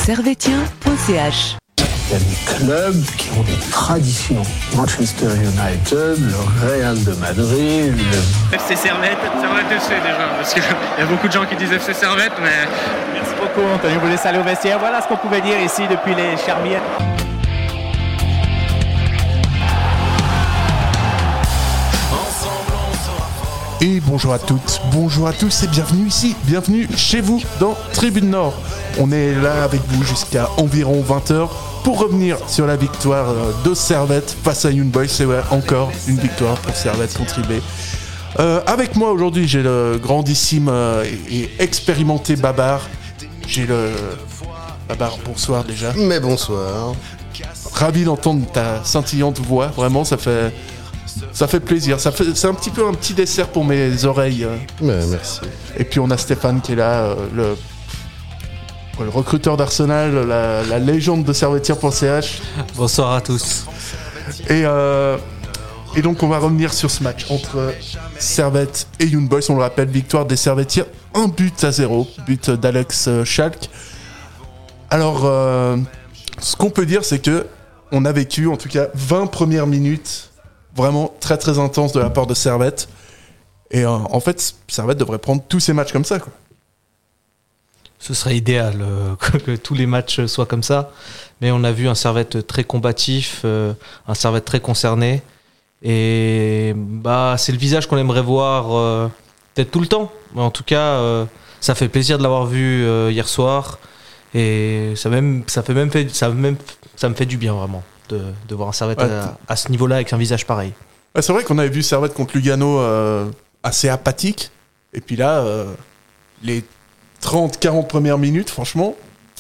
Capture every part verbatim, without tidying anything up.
servetien point c h. Il y a des clubs qui ont des traditions. Manchester United, le Real de Madrid, le... F C Servette, Servette F C déjà, parce qu'il y a beaucoup de gens qui disent F C Servette, mais... Merci beaucoup Anthony, vous laissez aller au vestiaire. Voilà ce qu'on pouvait dire ici depuis les Charmières. Et bonjour à toutes, bonjour à tous et bienvenue ici, bienvenue chez vous dans Tribune Nord. On est là avec vous jusqu'à environ vingt heures pour revenir sur la victoire de Servette face à Young Boys. C'est ouais, encore une victoire pour Servette contre I B. Euh, avec moi aujourd'hui, j'ai le grandissime euh, et expérimenté Babar. J'ai le... Babar, bonsoir déjà. Mais bonsoir. Ravi d'entendre ta scintillante voix, vraiment, ça fait... Ça fait plaisir, ça fait, c'est un petit peu un petit dessert pour mes oreilles. Mais merci. Et puis on a Stéphane qui est là, euh, le, le recruteur d'Arsenal, la, la légende de servetien point c h. Bonsoir à tous. Et, euh, et donc on va revenir sur ce match entre Servette et Young Boys. On le rappelle, victoire des Servetiens, un but à zéro, but d'Alex Schalk. Alors, euh, ce qu'on peut dire, c'est que on a vécu en tout cas vingt premières minutes vraiment très très intense de la part de Servette. Et euh, en fait, Servette devrait prendre tous ses matchs comme ça, quoi. Ce serait idéal euh, que, que tous les matchs soient comme ça. Mais on a vu un Servette très combatif, euh, un Servette très concerné. Et bah, c'est le visage qu'on aimerait voir euh, peut-être tout le temps. Mais en tout cas, euh, ça fait plaisir de l'avoir vu euh, hier soir. Et ça, même, ça, fait même fait, ça, même, ça me fait du bien vraiment. De, de voir un Servette ouais, à, à ce niveau-là avec un visage pareil. Ouais, c'est vrai qu'on avait vu Servette contre Lugano euh, assez apathique. Et puis là, euh, les trente quarante premières minutes, franchement,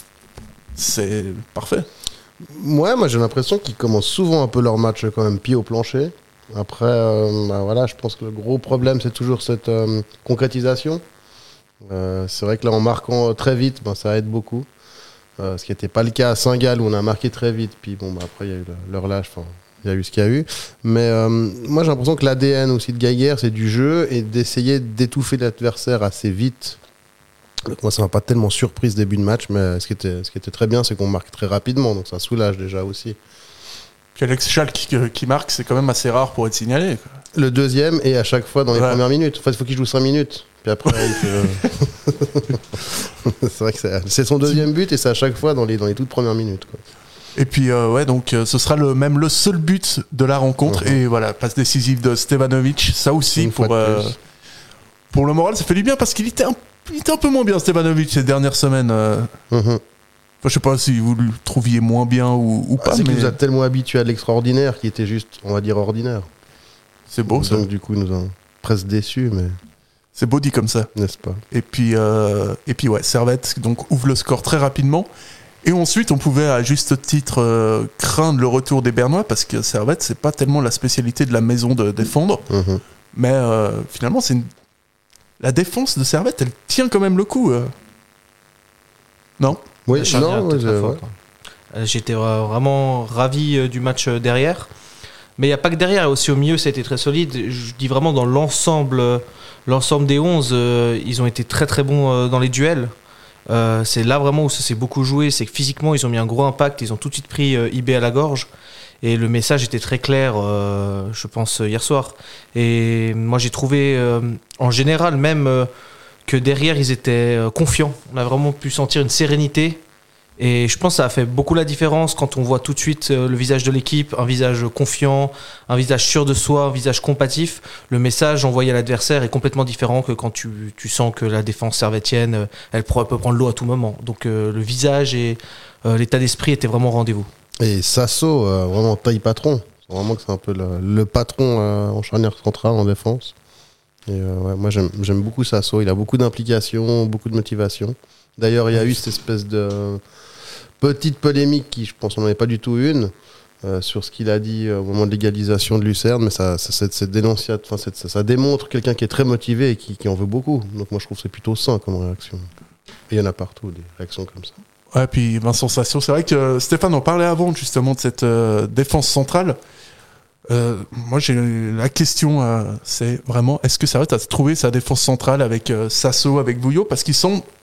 c'est parfait. Ouais, moi j'ai l'impression qu'ils commencent souvent un peu leur match quand même pied au plancher. Après, euh, bah, voilà, je pense que le gros problème c'est toujours cette euh, concrétisation. Euh, c'est vrai que là en marquant très vite, bah, ça aide beaucoup. Euh, ce qui n'était pas le cas à Saint-Gall où on a marqué très vite, puis bon, bah, après il y a eu le, leur lâche, enfin il y a eu ce qu'il y a eu. Mais euh, moi j'ai l'impression que l'A D N aussi de Geiger c'est du jeu et d'essayer d'étouffer l'adversaire assez vite. Donc, moi ça m'a pas tellement surpris ce début de match, mais ce qui était, ce qui était très bien c'est qu'on marque très rapidement, donc ça soulage déjà aussi. Puis Alex Schalk qui, qui marque, c'est quand même assez rare pour être signalé, quoi. Le deuxième et à chaque fois dans les ouais. premières minutes. En fait il faut qu'il joue cinq minutes. Puis après, il peut... c'est vrai que c'est, c'est son deuxième but et c'est à chaque fois dans les, dans les toutes premières minutes, quoi. Et puis, euh, ouais, donc euh, ce sera le, même le seul but de la rencontre. Uh-huh. Et voilà, passe décisive de Stevanovic. Ça aussi, pour, euh, pour le moral, ça fait du bien parce qu'il était un, il était un peu moins bien, Stevanovic, ces dernières semaines. Euh... Uh-huh. Enfin, je sais pas si vous le trouviez moins bien ou, ou pas. Ah, c'est mais... qu'il nous a tellement habitués à l'extraordinaire qui était juste, on va dire, ordinaire. C'est beau, donc, ça. Donc, du coup, ils nous ont presque déçus, mais. C'est beau dit comme ça. N'est-ce pas ? Et puis, euh, et puis ouais, Servette donc, ouvre le score très rapidement. Et ensuite, on pouvait à juste titre euh, craindre le retour des Bernois parce que Servette, c'est pas tellement la spécialité de la maison de défendre. Mmh. Mais euh, finalement, c'est une... la défense de Servette, elle tient quand même le coup. Euh... Non ? Oui, non, oui, très forte. Ouais. J'étais vraiment ravi du match derrière. Mais il n'y a pas que derrière, aussi au milieu, ça a été très solide. Je dis vraiment dans l'ensemble, l'ensemble des onze, euh, ils ont été très très bons euh, dans les duels. Euh, c'est là vraiment où ça s'est beaucoup joué. C'est que physiquement, ils ont mis un gros impact. Ils ont tout de suite pris euh, I B à la gorge. Et le message était très clair, euh, je pense, hier soir. Et moi, j'ai trouvé, euh, en général, même euh, que derrière, ils étaient euh, confiants. On a vraiment pu sentir une sérénité. Et je pense que ça a fait beaucoup la différence quand on voit tout de suite le visage de l'équipe, un visage confiant, un visage sûr de soi, un visage combatif. Le message envoyé à l'adversaire est complètement différent que quand tu, tu sens que la défense servettienne, elle peut prendre l'eau à tout moment. Donc euh, le visage et euh, l'état d'esprit étaient vraiment au rendez-vous. Et Sasso, euh, vraiment taille patron. C'est vraiment que c'est un peu le, le patron euh, en charnière centrale en défense. Et euh, ouais, moi j'aime, j'aime beaucoup Sasso. Il a beaucoup d'implication, beaucoup de motivation. D'ailleurs, il y a eu cette espèce de petite polémique qui, je pense, on n'en avait pas du tout une, euh, sur ce qu'il a dit euh, au moment de l'égalisation de Lucerne, mais ça, ça, ça, ça, dénoncia, ça, ça, ça démontre quelqu'un qui est très motivé et qui, qui en veut beaucoup. Donc moi, je trouve que c'est plutôt sain comme réaction. Et il y en a partout, des réactions comme ça. Ouais, puis Vincent Sasso, c'est vrai que Stéphane en parlait avant, justement, de cette euh, défense centrale. Euh, moi, j'ai la question, euh, c'est vraiment, est-ce que ça va, t'as trouvé sa défense centrale avec euh, Sasso, avec Bouillot, parce qu'ils sont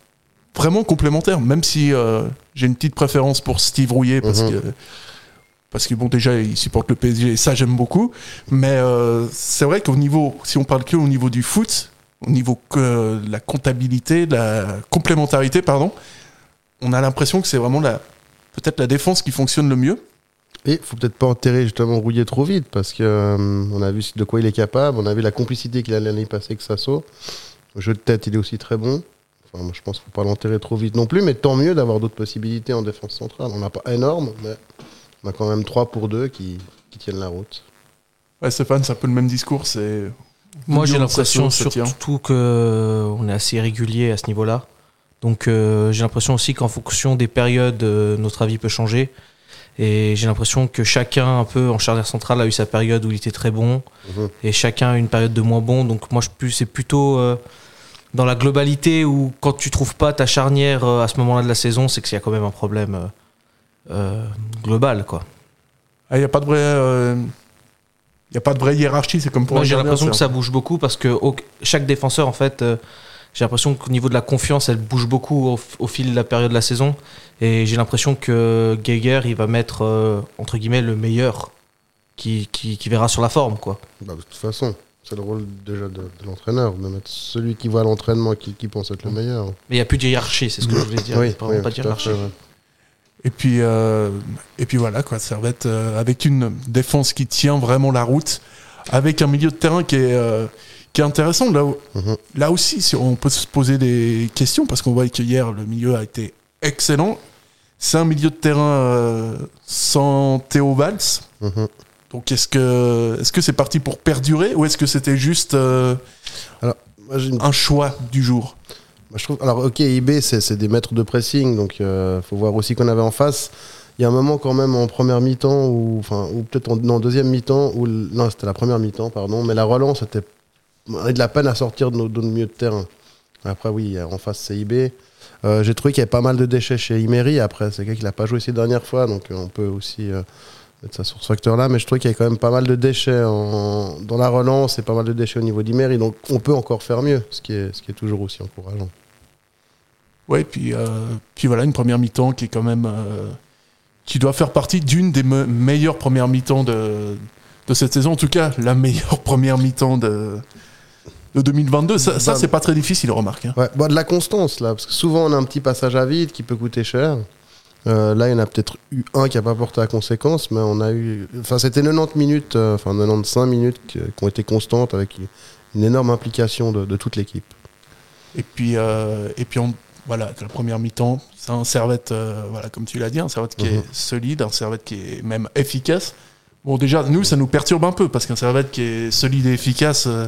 vraiment complémentaires, même si euh, j'ai une petite préférence pour Steve Rouillet parce Mhm. que parce que bon, déjà il supporte le P S G et ça j'aime beaucoup, mais euh, c'est vrai qu'au niveau, si on parle que au niveau du foot, au niveau que de la comptabilité, de la complémentarité, pardon, on a l'impression que c'est vraiment la peut-être la défense qui fonctionne le mieux. Et faut peut-être pas enterrer justement Rouillet trop vite parce que euh, on a vu de quoi il est capable, on a vu la complicité qu'il a l'année passée avec Sasso. Au jeu de tête, il est aussi très bon. Enfin, moi, je pense qu'il faut pas l'enterrer trop vite non plus, mais tant mieux d'avoir d'autres possibilités en défense centrale. On n'a pas énorme, mais on a quand même trois pour deux qui, qui tiennent la route. Ouais, Stéphane, c'est un peu le même discours. C'est Moi, j'ai Bouillon, l'impression Sasso, ça tient. surtout qu'on est assez régulier à ce niveau-là. Donc, euh, j'ai l'impression aussi qu'en fonction des périodes, euh, notre avis peut changer. Et j'ai l'impression que chacun, un peu en charnière centrale, a eu sa période où il était très bon. Mhm. Et chacun a une période de moins bon. Donc, moi, je plus, c'est plutôt euh, dans la globalité où, quand tu trouves pas ta charnière euh, à ce moment-là de la saison, c'est qu'il y a quand même un problème euh, euh, global, quoi. Il n'y a pas de vraie, euh, y a pas de vraie hiérarchie. C'est comme pour Moi, un j'ai gardien, l'impression que c'est ça bouge beaucoup parce que au- chaque défenseur, en fait, euh, j'ai l'impression qu'au niveau de la confiance, elle bouge beaucoup au, f- au fil de la période de la saison. Et j'ai l'impression que Geiger, il va mettre, euh, entre guillemets, le meilleur qui, qui, qui verra sur la forme, quoi. Bah, de toute façon, c'est le rôle déjà de, de l'entraîneur, de mettre celui qui voit l'entraînement qui, qui pense être le meilleur. Mais il n'y a plus de hiérarchie, c'est ce que je voulais dire. Oui, pas, oui, pas de tout à hiérarchie. fait, ouais. Et puis, euh, et puis voilà, quoi, Servette, euh, avec une défense qui tient vraiment la route, avec un milieu de terrain qui est, euh, qui est intéressant. Là, où- Mhm. là aussi, si on peut se poser des questions, parce qu'on voit que hier, le milieu a été excellent. C'est un milieu de terrain euh, sans Théo Valls. Mhm. Donc, est-ce que est-ce que c'est parti pour perdurer ou est-ce que c'était juste euh, Alors, moi, j'ai une un choix du jour? Bah, je trouve, alors ok, I B c'est c'est des maîtres de pressing, donc il euh, faut voir aussi qu'on avait en face. Il y a un moment quand même en première mi-temps, ou, enfin, ou peut-être en, non, deuxième mi-temps, où, le- non c'était la première mi-temps, pardon, mais la relance, était, on avait de la peine à sortir de nos, de nos milieux de terrain. Après oui, en face c'est I B. Euh, J'ai trouvé qu'il y avait pas mal de déchets chez Imery, après c'est quelqu'un qui l'a pas joué ces dernières fois, donc euh, on peut aussi euh, mettre ça sur ce facteur-là, mais je trouve qu'il y a quand même pas mal de déchets en, dans la relance et pas mal de déchets au niveau d'Imery, donc on peut encore faire mieux, ce qui est, ce qui est toujours aussi encourageant. Ouais, puis, euh, puis voilà, une première mi-temps qui est quand même. Euh, qui doit faire partie d'une des me- meilleures premières mi-temps de, de cette saison. En tout cas, la meilleure première mi-temps de, de deux mille vingt-deux. Ça, ça Bah, c'est pas très difficile, remarque. Hein. Ouais, bon, de la constance là, parce que souvent on a un petit passage à vide qui peut coûter cher. Euh, là, il y en a peut-être eu un qui n'a pas porté à conséquence, mais on a eu. Enfin, c'était quatre-vingt-dix minutes, euh, enfin quatre-vingt-quinze minutes qui, qui ont été constantes avec une, une énorme implication de, de toute l'équipe. Et puis, euh, et puis on, voilà, la première mi-temps, c'est un Servette, euh, voilà, comme tu l'as dit, un Servette qui Mhm. est solide, un Servette qui est même efficace. Bon, déjà, nous, ça nous perturbe un peu, parce qu'un Servette qui est solide et efficace, euh,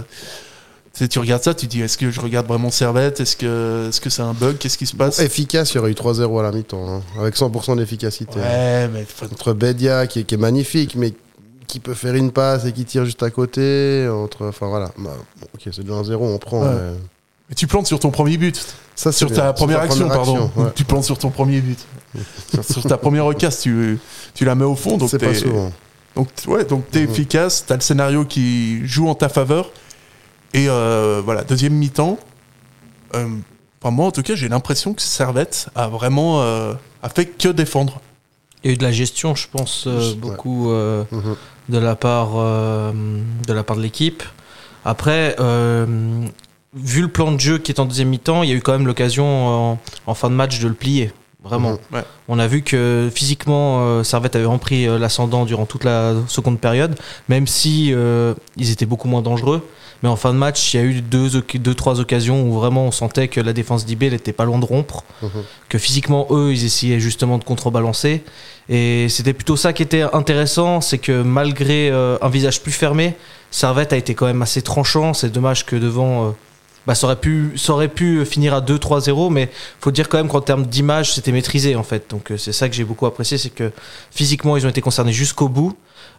tu sais, tu regardes ça, tu te dis, est-ce que je regarde vraiment Servette? Est-ce que est-ce que c'est un bug? Qu'est-ce qui se passe? Bon, efficace, il y aurait eu trois zéro à la mi-temps, hein, avec cent pour cent d'efficacité. Ouais, mais faut- Entre Bedia, qui est, qui est magnifique, mais qui peut faire une passe et qui tire juste à côté. Entre, enfin voilà, bah, bon, ok, c'est déjà un zéro, on prend. Ouais. mais mais tu plantes sur ton premier but. Ça, c'est Sur bien. ta Sur première action, pardon. ouais. Tu plantes sur ton premier but. sur, sur ta première recasse, tu, tu la mets au fond. Donc C'est t'es- pas souvent. Donc, t- ouais, donc t'es Mhm. efficace, t'as le scénario qui joue en ta faveur. Et euh, voilà, deuxième mi-temps. Euh, enfin, moi, en tout cas, j'ai l'impression que Servette a vraiment euh, a fait que défendre. Il y a eu de la gestion, je pense, euh, Ouais. beaucoup euh, Mhm. de la part euh, de la part de l'équipe. Après, euh, vu le plan de jeu qui est en deuxième mi-temps, il y a eu quand même l'occasion en, en fin de match de le plier. Vraiment. Mhm. Ouais. On a vu que physiquement, euh, Servette avait repris euh, l'ascendant durant toute la seconde période, même si euh, ils étaient beaucoup moins dangereux. Mais en fin de match, il y a eu deux, oc- deux trois occasions où vraiment on sentait que la défense d'I B n'était pas loin de rompre, Mhm. que physiquement, eux, ils essayaient justement de contrebalancer. Et c'était plutôt ça qui était intéressant, c'est que malgré euh, un visage plus fermé, Servette a été quand même assez tranchant. C'est dommage que devant, euh, bah, ça, aurait pu, ça aurait pu finir à deux trois zéro, mais faut dire quand même qu'en termes d'image, c'était maîtrisé en fait. Donc euh, c'est ça que j'ai beaucoup apprécié, c'est que physiquement, ils ont été concernés jusqu'au bout.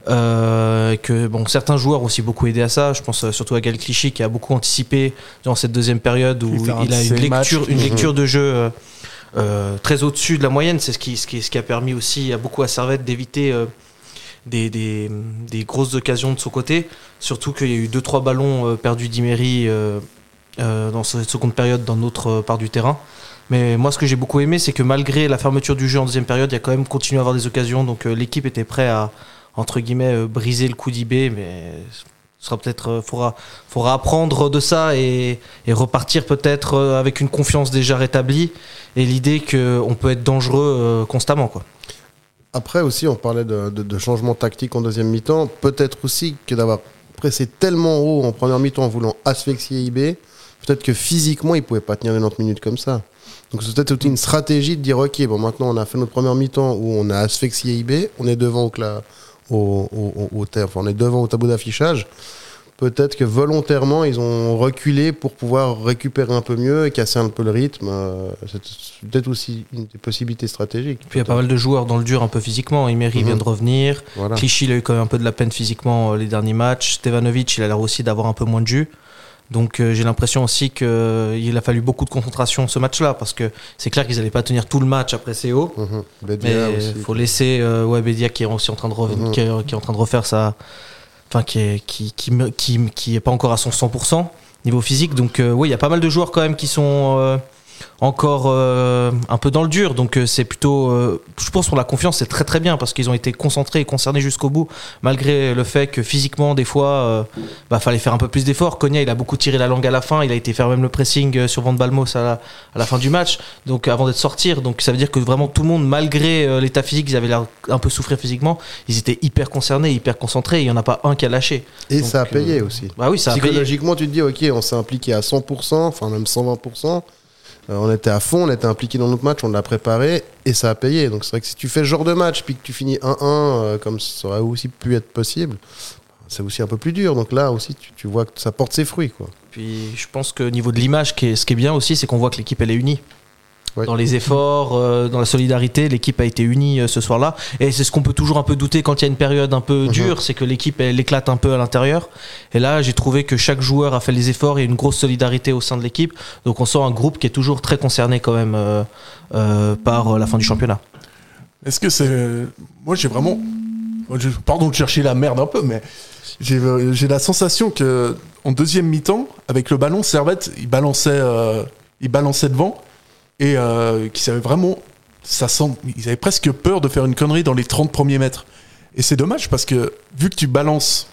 Euh, et que bon, certains joueurs ont aussi beaucoup aidé à ça. Je pense euh, surtout à Gal Clichy qui a beaucoup anticipé dans cette deuxième période où Il fait un il a de une ses matchs. lecture, une Mhm. lecture de jeu euh, euh, très au-dessus de la moyenne. C'est ce qui, ce qui, ce qui a permis aussi à beaucoup à Servette d'éviter euh, des, des, des grosses occasions de son côté. Surtout qu'il y a eu deux trois ballons euh, perdus d'Imery euh, euh, dans cette seconde période dans notre euh, part du terrain. Mais moi, ce que j'ai beaucoup aimé, c'est que malgré la fermeture du jeu en deuxième période, il y a quand même continué à avoir des occasions. Donc euh, l'équipe était prête à, entre guillemets, euh, briser le coup d'I B. Mais ce sera peut-être, euh, faudra, faudra apprendre de ça et, et repartir peut-être euh, avec une confiance déjà rétablie et l'idée qu'on peut être dangereux euh, constamment, quoi. Après aussi, on parlait de, de, de changement tactique en deuxième mi-temps. Peut-être aussi que d'avoir pressé tellement haut en première mi-temps en voulant asphyxier I B, peut-être que physiquement, ils ne pouvaient pas tenir les quatre minutes comme ça. Donc c'est peut-être aussi une stratégie de dire, ok, bon, maintenant on a fait notre première mi-temps où on a asphyxié I B, on est devant au, cla- au, au, au, au, enfin, on est devant au tableau d'affichage. Peut-être que volontairement, ils ont reculé pour pouvoir récupérer un peu mieux et casser un peu le rythme. C'est peut-être aussi une des possibilités stratégiques. Puis il y a pas mal de joueurs dans le dur un peu physiquement. Emery mmh. vient de revenir. Voilà. Clichy, il a eu quand même un peu de la peine physiquement les derniers matchs. Stevanovic, il a l'air aussi d'avoir un peu moins de jus. Donc euh, j'ai l'impression aussi qu'il a fallu beaucoup de concentration ce match-là, parce que c'est clair qu'ils n'allaient pas tenir tout le match après C O. Mmh. Bédia mais il faut laisser euh, ouais, Bédia qui est aussi en train de, re- mmh. qui est, qui est en train de refaire sa... Enfin, qui est, qui, qui, qui, qui est pas encore à son cent pour cent niveau physique. Donc euh, oui, il y a pas mal de joueurs quand même qui sont euh, encore euh, un peu dans le dur. Donc euh, c'est plutôt, euh, je pense pour la confiance, c'est très très bien parce qu'ils ont été concentrés et concernés jusqu'au bout, malgré le fait que physiquement des fois, euh, bah fallait faire un peu plus d'efforts. Konya, il a beaucoup tiré la langue à la fin. Il a été faire même le pressing sur Van Balmos à la, à la fin du match. Donc avant d'être sortir, donc ça veut dire que vraiment tout le monde, malgré euh, l'état physique, ils avaient l'air un peu souffrir physiquement. Ils étaient hyper concernés, hyper concentrés. Il y en a pas un qui a lâché. Et donc, ça a payé euh, aussi. Bah oui, ça a payé. Psychologiquement, tu te dis, ok, on s'est impliqué à cent pour cent, enfin même cent vingt pour cent. Euh, on était à fond, on était impliqué dans notre match, on l'a préparé et ça a payé. Donc c'est vrai que si tu fais ce genre de match puis que tu finis un un, euh, comme ça aurait aussi pu être possible, c'est aussi un peu plus dur. Donc là aussi, tu, tu vois que ça porte ses fruits, quoi. Puis je pense que au niveau de l'image, qui est, ce qui est bien aussi, c'est qu'on voit que l'équipe elle est unie. Ouais. Dans les efforts, euh, dans la solidarité, l'équipe a été unie euh, ce soir-là. Et c'est ce qu'on peut toujours un peu douter quand il y a une période un peu dure, mmh. c'est que l'équipe elle éclate un peu à l'intérieur. Et là, j'ai trouvé que chaque joueur a fait les efforts et une grosse solidarité au sein de l'équipe. Donc on sent un groupe qui est toujours très concerné quand même euh, euh, par la fin du championnat. Est-ce que c'est... Moi j'ai vraiment... Pardon de chercher la merde un peu, mais j'ai, j'ai la sensation que en deuxième mi-temps, avec le ballon, Servette, il balançait, euh, il balançait devant. Et euh, qui savait vraiment, ça sent, ils avaient presque peur de faire une connerie dans les trente premiers mètres. Et c'est dommage parce que vu que tu balances,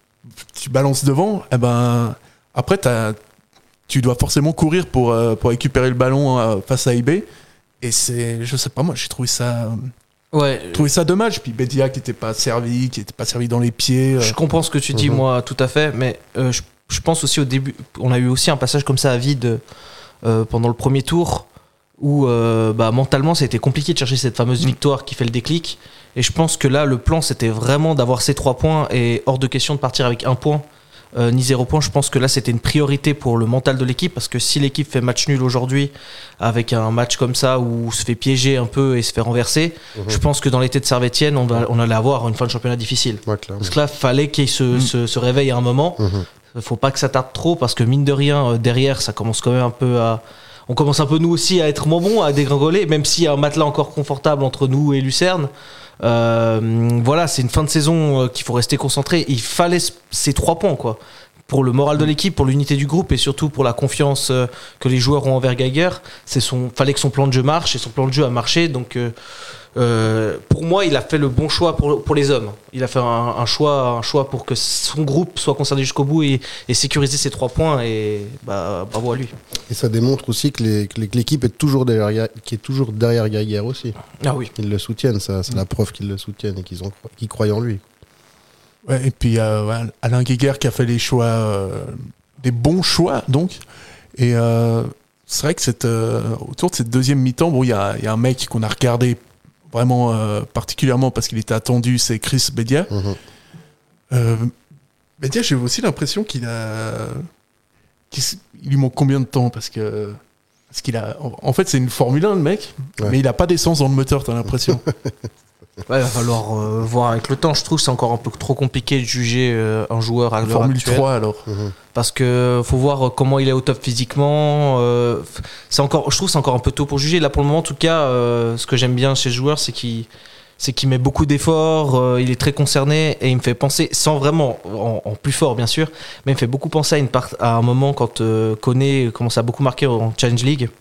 tu balances devant, eh ben après t'as, tu dois forcément courir pour euh, pour récupérer le ballon euh, face à I B. Et c'est, je sais pas moi, j'ai trouvé ça, ouais, j'ai trouvé ça dommage. Puis Bédia qui était pas servi, qui était pas servi dans les pieds. Euh... Je comprends ce que tu dis, mm-hmm. moi, tout à fait. Mais euh, je, je pense aussi au début, on a eu aussi un passage comme ça à vide euh, pendant le premier tour. Où euh, bah, mentalement ça a été compliqué de chercher cette fameuse victoire qui fait le déclic, et je pense que là le plan c'était vraiment d'avoir ces trois points et hors de question de partir avec un point euh, ni zéro point. Je pense que là c'était une priorité pour le mental de l'équipe, parce que si l'équipe fait match nul aujourd'hui avec un match comme ça où se fait piéger un peu et se fait renverser, mmh. je pense que dans l'été de Servetienne on, va, on allait avoir une fin de championnat difficile, ouais, parce que là fallait qu'il se, mmh. se, se réveille à un moment. mmh. Faut pas que ça tarde trop, parce que mine de rien derrière ça commence quand même un peu à... On commence un peu nous aussi à être moins bons, à dégringoler, même s'il y a un matelas encore confortable entre nous et Lucerne. Euh, voilà, c'est une fin de saison qu'il faut rester concentré. Il fallait ces trois points, quoi, pour le moral de l'équipe, pour l'unité du groupe et surtout pour la confiance que les joueurs ont envers Geiger. C'est son, fallait que son plan de jeu marche, et son plan de jeu a marché. Donc, euh, euh, pour moi, il a fait le bon choix pour, pour les hommes. Il a fait un, un, choix, un choix pour que son groupe soit concerné jusqu'au bout et, et sécuriser ses trois points. Et bah, bravo à lui. Et ça démontre aussi que, les, que l'équipe est toujours derrière, qui est toujours derrière Geiger aussi. Ah oui. Ils le soutiennent, ça, c'est mmh. la preuve qu'ils le soutiennent et qu'ils, ont, qu'ils croient en lui. Ouais, et puis euh, ouais, Alain Geiger qui a fait les choix, euh, des bons choix donc. Et euh, c'est vrai que cette, euh, autour de cette deuxième mi-temps, bon, il y a, y a un mec qu'on a regardé vraiment euh, particulièrement parce qu'il était attendu, c'est Chris Bédia. Mmh. Euh, Bédia, j'ai aussi l'impression qu'il a, qu'il, il lui manque combien de temps, parce que parce qu'il a, en fait, c'est une Formule un le mec, ouais. mais il a pas d'essence dans le moteur, t'as l'impression. Ouais, il va falloir euh, voir avec le temps. Je trouve que c'est encore un peu trop compliqué de juger euh, un joueur à l'heure actuelle. Formule trois alors. Mmh. Parce que faut voir comment il est au top physiquement. Euh, c'est encore, je trouve que c'est encore un peu tôt pour juger. Là pour le moment, en tout cas, euh, ce que j'aime bien chez ce joueur, c'est qu'il, c'est qu'il met beaucoup d'efforts. Euh, il est très concerné et il me fait penser, sans vraiment en, en plus fort bien sûr, mais il me fait beaucoup penser à une part, à un moment quand euh, Koné commence à beaucoup marquer en Challenge League,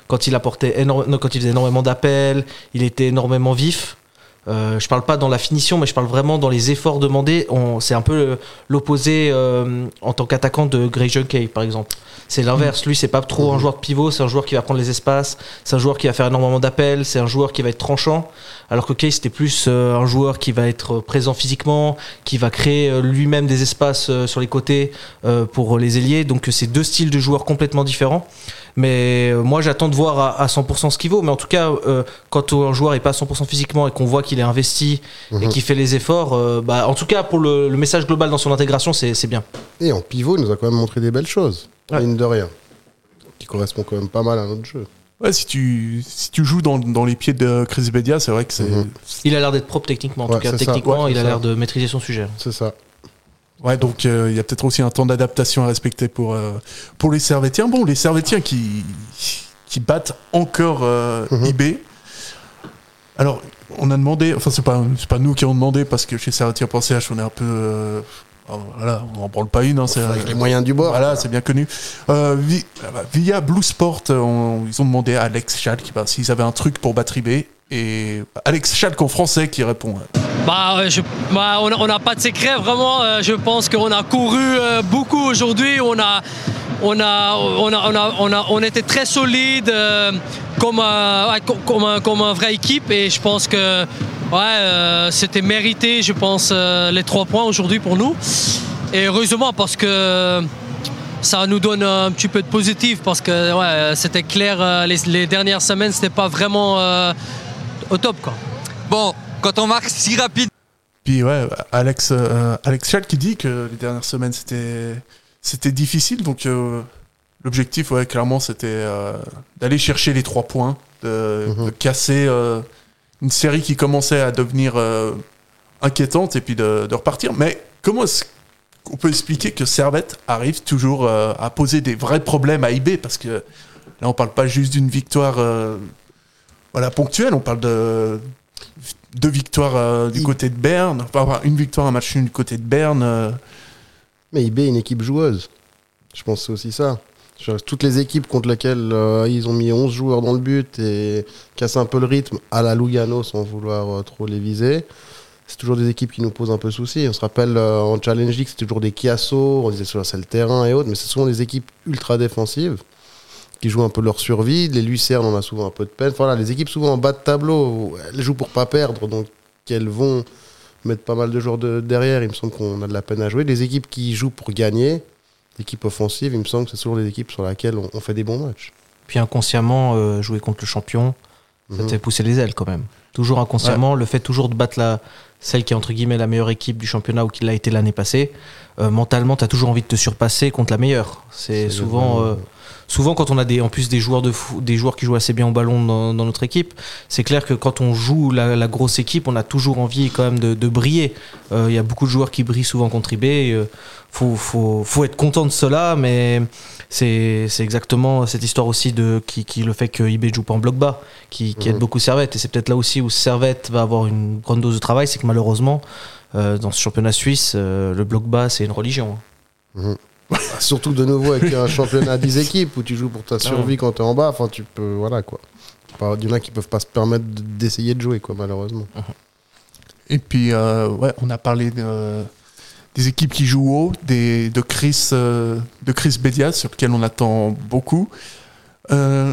quand il apportait énorme, non, quand il faisait énormément d'appels, il était énormément vif. Euh, je parle pas dans la finition, mais je parle vraiment dans les efforts demandés. On, c'est un peu l'opposé euh, en tant qu'attaquant de Grayson Kay, par exemple. C'est l'inverse. Lui, c'est pas trop un joueur de pivot, c'est un joueur qui va prendre les espaces, c'est un joueur qui va faire énormément d'appels, c'est un joueur qui va être tranchant. Alors que Kay, c'était plus euh, un joueur qui va être présent physiquement, qui va créer euh, lui-même des espaces euh, sur les côtés euh, pour les ailiers. Donc, c'est deux styles de joueurs complètement différents. Mais euh, moi, j'attends de voir à, à cent pour cent ce qu'il vaut. Mais en tout cas, euh, quand un joueur n'est pas à cent pour cent physiquement et qu'on voit qu'il est investi mmh. et qu'il fait les efforts, euh, bah, en tout cas, pour le, le message global dans son intégration, c'est, c'est bien. Et en pivot, il nous a quand même montré des belles choses, ouais. mine de rien, qui correspond quand même pas mal à notre jeu. Ouais, si tu, si tu joues dans, dans les pieds de Chris Bedia, c'est vrai que c'est... Mmh. Il a l'air d'être propre techniquement, en ouais, tout cas. Techniquement, ouais, il a ça. l'air de maîtriser son sujet. C'est ça. Ouais, donc il euh, y a peut-être aussi un temps d'adaptation à respecter pour, euh, pour les Servétiens. Bon, les Servétiens qui, qui battent encore euh, mmh. I B. Alors, on a demandé, enfin, c'est pas, c'est pas nous qui avons demandé, parce que chez Servétiens.ch, on est un peu. Euh, voilà, on n'en branle pas une. Hein, c'est, avec les moyens du bord. Voilà, c'est bien connu. Euh, vi, via Blue Sport, on, ils ont demandé à Alex Schalk bah, s'ils avaient un truc pour battre I B. Et Alex Schalk en français qui répond. Bah, je, bah, on n'a pas de secret, vraiment. Euh, je pense qu'on a couru euh, beaucoup aujourd'hui. On a, on a, on a, on a, on a, on était très solide euh, comme, euh, comme, un, comme une vraie équipe. Et je pense que ouais, euh, c'était mérité, je pense, euh, les trois points aujourd'hui pour nous. Et heureusement, parce que ça nous donne un petit peu de positif. Parce que ouais, c'était clair, euh, les, les dernières semaines, c'était pas vraiment euh, au top, quoi. Bon. Quand on marque si rapide. Puis ouais, Alex, euh, Alex Schalk qui dit que les dernières semaines c'était, c'était difficile. Donc euh, l'objectif, ouais, clairement, c'était euh, d'aller chercher les trois points, de, mmh. de casser euh, une série qui commençait à devenir euh, inquiétante et puis de, de repartir. Mais comment est-ce qu'on peut expliquer que Servette arrive toujours euh, à poser des vrais problèmes à I B? Parce que là, on parle pas juste d'une victoire euh, voilà, ponctuelle, on parle de. Deux victoires euh, du I... côté de Berne, enfin une victoire, un match nul du côté de Berne. Euh... Mais I B est une équipe joueuse. Je pense que c'est aussi ça. Toutes les équipes contre lesquelles euh, ils ont mis onze joueurs dans le but et cassent un peu le rythme à la Lugano sans vouloir euh, trop les viser, c'est toujours des équipes qui nous posent un peu souci. On se rappelle euh, en Challenge League, c'est toujours des Chiasso, on disait que c'est le terrain et autres, mais c'est souvent des équipes ultra défensives qui jouent un peu leur survie. Les Lucernes, on a souvent un peu de peine. Enfin, voilà, les équipes souvent en bas de tableau, elles jouent pour pas perdre, donc elles vont mettre pas mal de joueurs de, derrière. Il me semble qu'on a de la peine à jouer. Les équipes qui jouent pour gagner, les équipes offensives, il me semble que c'est toujours les équipes sur lesquelles on, on fait des bons matchs. Puis inconsciemment, euh, jouer contre le champion, ça te mmh. fait pousser les ailes quand même. Toujours inconsciemment, ouais. Le fait toujours de battre la, celle qui est entre guillemets la meilleure équipe du championnat ou qui l'a été l'année passée, euh, mentalement, tu as toujours envie de te surpasser contre la meilleure. C'est, c'est souvent... Euh, Souvent, quand on a des, en plus des joueurs, de fou, des joueurs qui jouent assez bien au ballon dans, dans notre équipe, c'est clair que quand on joue la, la grosse équipe, on a toujours envie quand même de, de briller. Il euh, y a beaucoup de joueurs qui brillent souvent contre I B. Il euh, faut, faut, faut être content de cela, mais c'est, c'est exactement cette histoire aussi de, qui, qui le fait que I B ne joue pas en bloc bas, qui, qui mmh. aide beaucoup Servette. Et c'est peut-être là aussi où Servette va avoir une grande dose de travail, c'est que malheureusement, euh, dans ce championnat suisse, euh, le bloc bas, c'est une religion. Mmh. Surtout de nouveau avec un championnat à dix équipes où tu joues pour ta survie quand t'es en bas, enfin tu peux, voilà quoi. Il y en a qui peuvent pas se permettre d'essayer de jouer quoi, malheureusement. Et puis euh, ouais, on a parlé de, euh, des équipes qui jouent haut, des, de Chris, euh, de Chris Bedia sur lequel on attend beaucoup. Euh,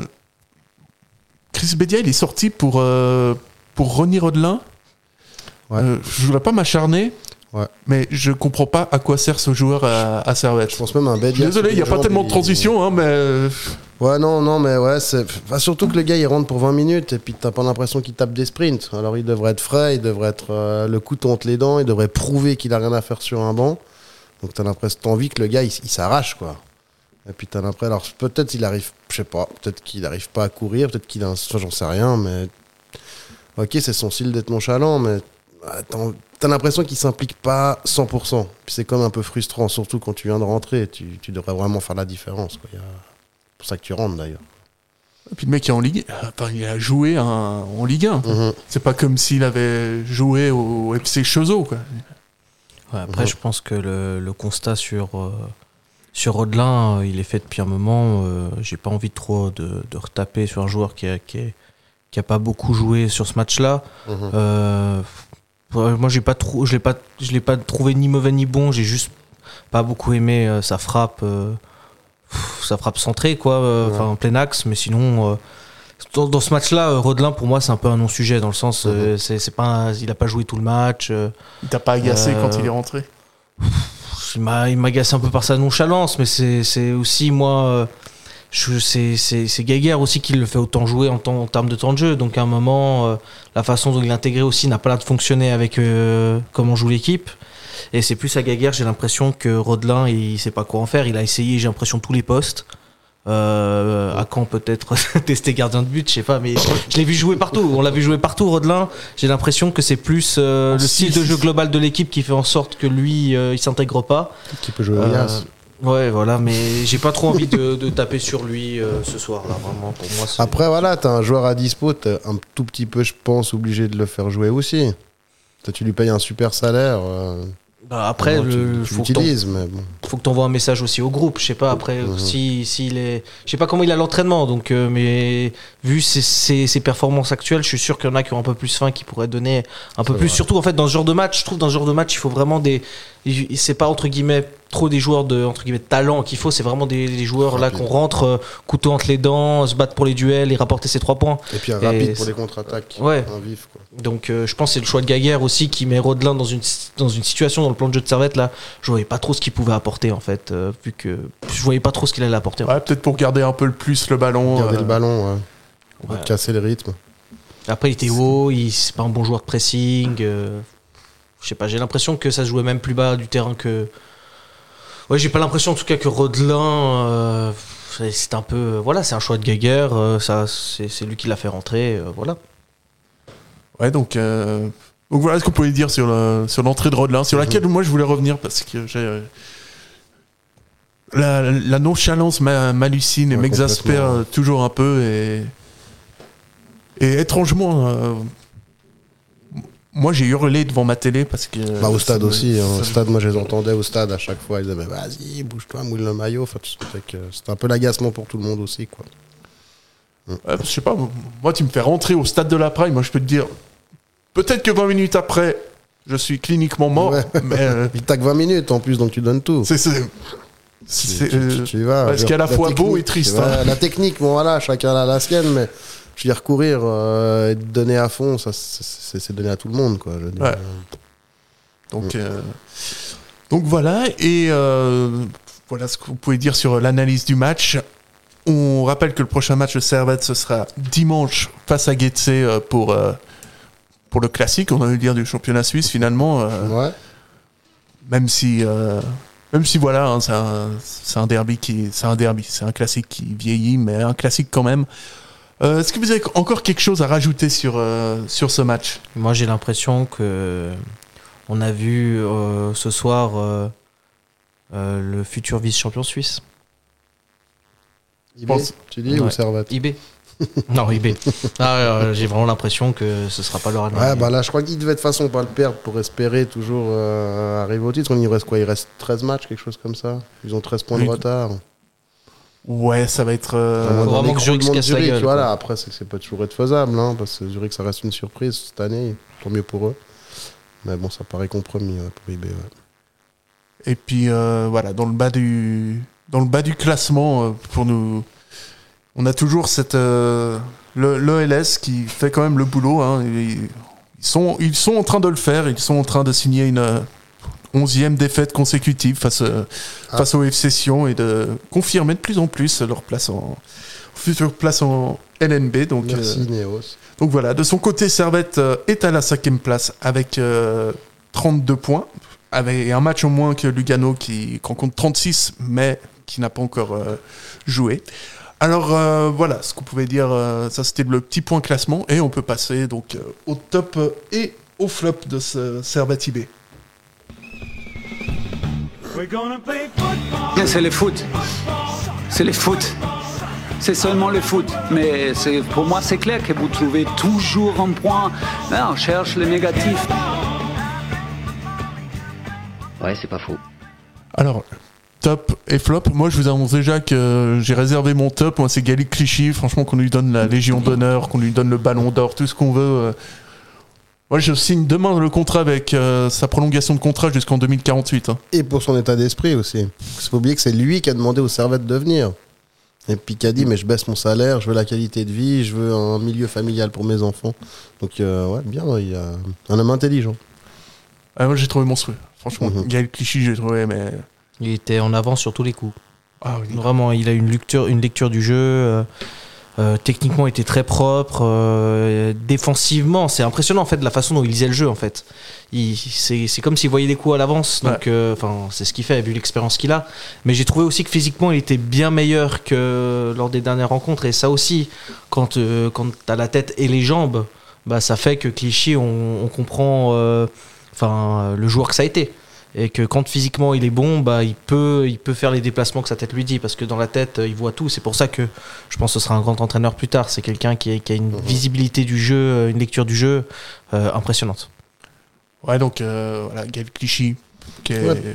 Chris Bedia, il est sorti pour euh, pour Ronny Rodelin. Ouais. Euh, je voudrais pas m'acharner. Ouais. Mais je comprends pas à quoi sert ce joueur à, à Servette. Je pense même à un Bedia. Désolé, il n'y a pas tellement de transition, hein, mais. Ouais, non, non, mais ouais, c'est. Enfin, surtout que le gars il rentre pour vingt minutes et puis t'as pas l'impression qu'il tape des sprints. Alors il devrait être frais, il devrait être euh, le couteau entre les dents, il devrait prouver qu'il a rien à faire sur un banc. Donc t'as l'impression, t'as envie que le gars il, il s'arrache, quoi. Et puis t'as l'impression. Alors peut-être il arrive, je sais pas, peut-être qu'il arrive pas à courir, peut-être qu'il a un. Enfin, j'en sais rien, mais. Ok, c'est son style d'être nonchalant, mais. Attends, t'as l'impression qu'il s'implique pas cent pour cent. Puis c'est comme un peu frustrant, surtout quand tu viens de rentrer. Tu, tu devrais vraiment faire la différence, quoi. Il y a... C'est pour ça que tu rentres d'ailleurs. Et puis le mec est en Ligue, enfin, il a joué un... en Ligue un. Mm-hmm. C'est pas comme s'il avait joué au F C Chezeaux, quoi. Ouais, après, mm-hmm. je pense que le, le constat sur, euh, sur Rodelin, il est fait depuis un moment. Euh, j'ai pas envie de trop de, de retaper sur un joueur qui a, qui, est, qui a pas beaucoup joué sur ce match-là. Mmh. Euh, moi, j'ai pas trop, je l'ai pas, je l'ai pas trouvé ni mauvais ni bon. J'ai juste pas beaucoup aimé euh, sa frappe, euh, sa frappe centrée, quoi, euh, ouais. en plein axe. Mais sinon, euh, dans, dans ce match-là, euh, Rodelin pour moi c'est un peu un non-sujet dans le sens, mmh. euh, c'est, c'est pas, un, il a pas joué tout le match. Euh, il t'a pas agacé euh, quand il est rentré? Il m'a, il m'a agacé un peu par sa nonchalance, mais c'est, c'est aussi moi. Euh, Je, c'est, c'est, c'est Geiger aussi qui le fait autant jouer en, temps, en termes de temps de jeu. Donc à un moment, euh, la façon dont il est intégré aussi n'a pas l'air de fonctionner avec euh, comment joue l'équipe. Et c'est plus à Geiger, j'ai l'impression que Rodelin, il sait pas quoi en faire. Il a essayé, j'ai l'impression, tous les postes. Euh, à Caen peut-être tester gardien de but, je sais pas, mais je l'ai vu jouer partout. On l'a vu jouer partout, Rodelin. J'ai l'impression que c'est plus euh, le style de jeu global de l'équipe qui fait en sorte que lui, euh, il s'intègre pas. Qui peut jouer au Nias. Ouais, voilà, mais j'ai pas trop envie de, de taper sur lui euh, ce soir-là, vraiment. Pour moi, c'est... Après, voilà, t'as un joueur à dispo, t'es un tout petit peu, je pense, obligé de le faire jouer aussi. Toi, tu lui payes un super salaire. Euh... Bah après, le, tu, tu faut, l'utilises, que mais bon. faut que t'envoies un message aussi au groupe. Je sais pas, après, mmh. si, si il est... je sais pas comment il a l'entraînement, donc, euh, mais vu ses, ses, ses performances actuelles, je suis sûr qu'il y en a qui ont un peu plus faim, qui pourraient donner un peu c'est plus. Vrai. Surtout, en fait, dans ce genre de match, je trouve, dans ce genre de match, il faut vraiment des. C'est pas, entre guillemets, trop des joueurs de, entre guillemets, de talent qu'il faut, c'est vraiment des, des joueurs rapide. Là qu'on rentre, euh, couteau entre les dents, se battre pour les duels et rapporter ses trois points. Et puis rapide et pour les contre-attaques. Ouais. Un vif, quoi. Donc euh, je pense que c'est le choix de Geiger aussi qui met Rodelin dans une, dans une situation, dans le plan de jeu de Servette, là, je voyais pas trop ce qu'il pouvait apporter en fait, euh, vu que je voyais pas trop ce qu'il allait apporter. Ouais, peut-être pour garder un peu le plus le ballon. Garder euh... le ballon, ouais. On va ouais. casser le rythme. Après il était haut, il, c'est pas un bon joueur de pressing. Euh, je sais pas, j'ai l'impression que ça se jouait même plus bas du terrain que... Ouais, j'ai pas l'impression en tout cas que Rodelin, euh, c'est un peu... Voilà, c'est un choix de Geiger, euh, ça, c'est, c'est lui qui l'a fait rentrer, euh, voilà. Ouais, donc, euh, donc voilà ce qu'on pouvait dire sur, le, sur l'entrée de Rodelin, sur laquelle mmh. moi je voulais revenir parce que j'ai... Euh, la, la nonchalance m'hallucine et ouais, m'exaspère toujours un peu et... Et étrangement... Euh, moi j'ai hurlé devant ma télé parce que... Bah, au stade aussi, hein. Au stade, moi je les entendais au stade à chaque fois, ils disaient vas-y, bouge-toi, mouille le maillot, enfin, que c'était un peu l'agacement pour tout le monde aussi, quoi. Ouais, je sais pas, moi tu me fais rentrer au stade de la Praille, moi je peux te dire, peut-être que vingt minutes après, je suis cliniquement mort, ouais. mais... Euh... Il t'a que vingt minutes en plus, donc tu donnes tout. C'est... c'est... c'est tu, tu, tu y vas. Parce qu'il y a à la fois beau et triste. Hein. La technique, bon voilà, chacun a la sienne, mais... Je veux dire, courir euh, et te donner à fond, ça, c'est, c'est donner à tout le monde, quoi. Je veux dire. Ouais. Donc, mmh. euh, donc voilà, et euh, voilà ce que vous pouvez dire sur l'analyse du match. On rappelle que le prochain match de Servette, ce sera dimanche face à Getse pour, euh, pour le classique, on va dire, du championnat suisse, finalement. Euh, ouais. Même si... Euh, Même si voilà, hein, c'est, un, c'est un derby qui, c'est un derby, c'est un classique qui vieillit, mais un classique quand même. Euh, est-ce que vous avez encore quelque chose à rajouter sur, euh, sur ce match ? Moi, j'ai l'impression que on a vu euh, ce soir euh, euh, le futur vice-champion suisse. I B, tu dis, ouais. Ou Servette ? I B. Non, I B. Ah, euh, j'ai vraiment l'impression que ce sera pas leur année. Ouais, bah là, je crois qu'il devait de toute façon pas le perdre pour espérer toujours euh, arriver au titre. Il reste quoi ? Il reste treize matchs, quelque chose comme ça. Ils ont treize points oui. de retard. Ouais, ça va être. Euh... Faut vraiment que Zurich se casse la gueule. Voilà, après, c'est que c'est pas toujours être faisable, hein, parce que Zurich, ça reste une surprise cette année. Tant mieux pour eux. Mais bon, ça paraît compromis ouais, pour I B. Ouais. Et puis, euh, voilà, dans le bas du, dans le bas du classement, euh, pour nous. On a toujours cette euh, le, l'E L S qui fait quand même le boulot. Hein. Ils, ils, sont, ils sont en train de le faire. Ils sont en train de signer une euh, onzième défaite consécutive face, euh, ah. face au F C Sion et de confirmer de plus en plus leur place en future place en L N B. Donc, merci euh, Néos. Donc voilà, de son côté, Servette euh, est à la cinquième place avec euh, trente-deux points, avec un match en moins que Lugano qui, qui en compte trente-six, mais qui n'a pas encore euh, joué. Alors euh, voilà, ce qu'on pouvait dire, euh, ça c'était le petit point classement, et on peut passer donc euh, au top et au flop de ce Servette I B. C'est le foot, c'est le foot, c'est seulement le foot. Mais c'est, pour moi c'est clair que vous trouvez toujours un point, là, on cherche le négatif. Ouais, c'est pas faux. Alors... top et flop. Moi, je vous annonce déjà que j'ai réservé mon top. Moi, c'est Gallic Clichy. Franchement, qu'on lui donne la Légion d'honneur, qu'on lui donne le Ballon d'Or, tout ce qu'on veut. Moi, je signe demain le contrat avec euh, sa prolongation de contrat jusqu'en deux mille quarante-huit. Hein. Et pour son état d'esprit aussi. Il faut oublier que c'est lui qui a demandé aux Servettes de venir. Et puis qui a dit, mais je baisse mon salaire, je veux la qualité de vie, je veux un milieu familial pour mes enfants. Donc, euh, ouais, bien, il y a un homme intelligent. Ah, moi, j'ai trouvé monstrueux. Franchement, Mm-hmm. Gaël Clichy, j'ai trouvé, mais... Il était en avance sur tous les coups. Ah, oui. Vraiment, il a une lecture, une lecture du jeu. Euh, euh, techniquement, il était très propre. Euh, défensivement, c'est impressionnant en fait de la façon dont il lisait le jeu en fait. Il, c'est, c'est comme s'il voyait les coups à l'avance. Donc, Ouais. euh, enfin, c'est ce qu'il fait vu l'expérience qu'il a. Mais j'ai trouvé aussi que physiquement, il était bien meilleur que lors des dernières rencontres. Et ça aussi, quand euh, quand t'as la tête et les jambes, bah ça fait que Clichy, on, on comprend, euh, enfin, le joueur que ça a été. Et que quand physiquement il est bon, bah, il, peut, il peut faire les déplacements que sa tête lui dit, parce que dans la tête, il voit tout. C'est pour ça que je pense que ce sera un grand entraîneur plus tard. C'est quelqu'un qui, est, qui a une visibilité du jeu, une lecture du jeu euh, impressionnante. Ouais, donc, euh, voilà, Gaël Clichy, qui est... Ouais.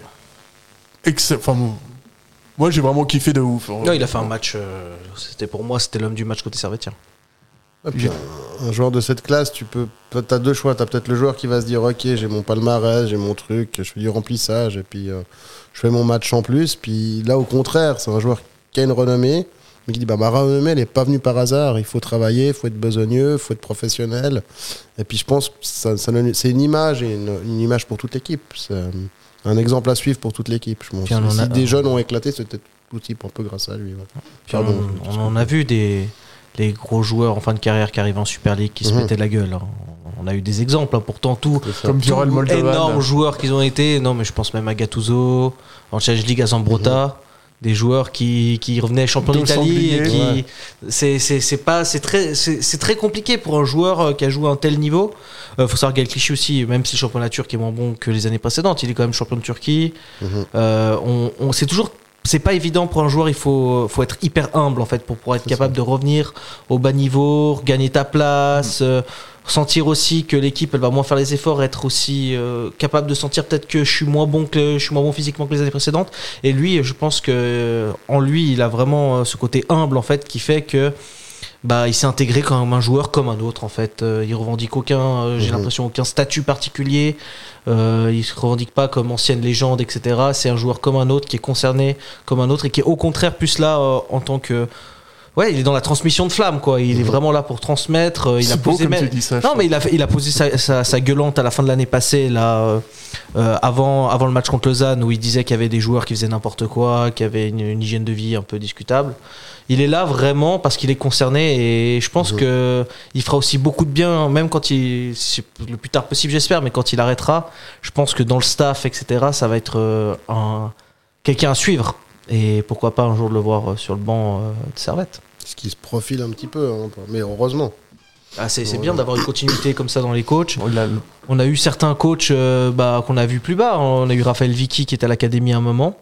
Ex- enfin, bon, moi, j'ai vraiment kiffé de ouf. Non, il a fait un match, euh, c'était pour moi, c'était l'homme du match côté Servetien. Et puis, un, un joueur de cette classe, tu peux, t'as deux choix. T'as peut-être le joueur qui va se dire, ok, j'ai mon palmarès, j'ai mon truc, je fais du remplissage, et puis euh, je fais mon match en plus. Puis là, au contraire, c'est un joueur qui a une renommée, mais qui dit, bah, ma renommée, elle n'est pas venue par hasard. Il faut travailler, il faut être besogneux, il faut être professionnel. Et puis je pense que ça, ça donne- c'est une image, et une, une image pour toute l'équipe. C'est un exemple à suivre pour toute l'équipe. Je pense. Puis on en Si a- des jeunes ont éclaté, c'est peut-être tout type un peu grâce à lui. Ouais. Puis on, on en a vu des les gros joueurs en fin de carrière qui arrivent en Super League qui se Mhm. pétaient la gueule. hein. On a eu des exemples, hein. Pourtant tout, Comme tout Viral Moldovan. énormes joueurs qu'ils ont été. Non, mais je pense même à Gattuso, en Challenge League à Zambrotta, des joueurs qui, qui revenaient champions Dos d'Italie. Et Sanglier, qui, ouais. c'est, c'est, c'est pas, c'est très, c'est, c'est très compliqué pour un joueur euh, qui a joué à un tel niveau. Euh, faut savoir Gaël Clichy aussi, même si le championnat turc est moins bon que les années précédentes, il est quand même champion de Turquie. Mhm. Euh, on, on, c'est toujours c'est pas évident pour un joueur, il faut, faut être hyper humble en fait pour pouvoir être C'est capable ça. de revenir au bas niveau, gagner ta place, Mm. euh, sentir aussi que l'équipe elle va moins faire les efforts, être aussi euh, capable de sentir peut-être que je suis moins bon que je suis moins bon physiquement que les années précédentes. Et lui, je pense que euh, en lui, il a vraiment euh, ce côté humble en fait qui fait que bah, il s'est intégré comme un joueur comme un autre en fait. Euh, il revendique aucun, euh, j'ai Mhm. l'impression aucun statut particulier. Euh, il se revendique pas comme ancienne légende, et cetera. C'est un joueur comme un autre qui est concerné comme un autre et qui est au contraire plus là euh, en tant que ouais, il est dans la transmission de flamme quoi. Il est Mhm. vraiment là pour transmettre. Euh, il C'est a beau posé comme même- tu dis ça, je non trouve. mais il a fait- il a posé sa, sa, sa gueulante à la fin de l'année passée là euh, euh, avant avant le match contre Lausanne où il disait qu'il y avait des joueurs qui faisaient n'importe quoi, qui avaient une, une hygiène de vie un peu discutable. Il est là vraiment parce qu'il est concerné et je pense Mhm. que il fera aussi beaucoup de bien même quand il c'est le plus tard possible j'espère, mais quand il arrêtera, je pense que dans le staff et cetera ça va être euh, un quelqu'un à suivre et pourquoi pas un jour de le voir euh, sur le banc euh, de Servette. Ce qui se profile un petit peu, hein, mais heureusement. Ah, c'est c'est Ouais. bien d'avoir une continuité comme ça dans les coachs. Bon, il a- On a eu certains coachs euh, bah, qu'on a vu plus bas. On a eu Raphaël Vicky qui était à l'académie à un moment.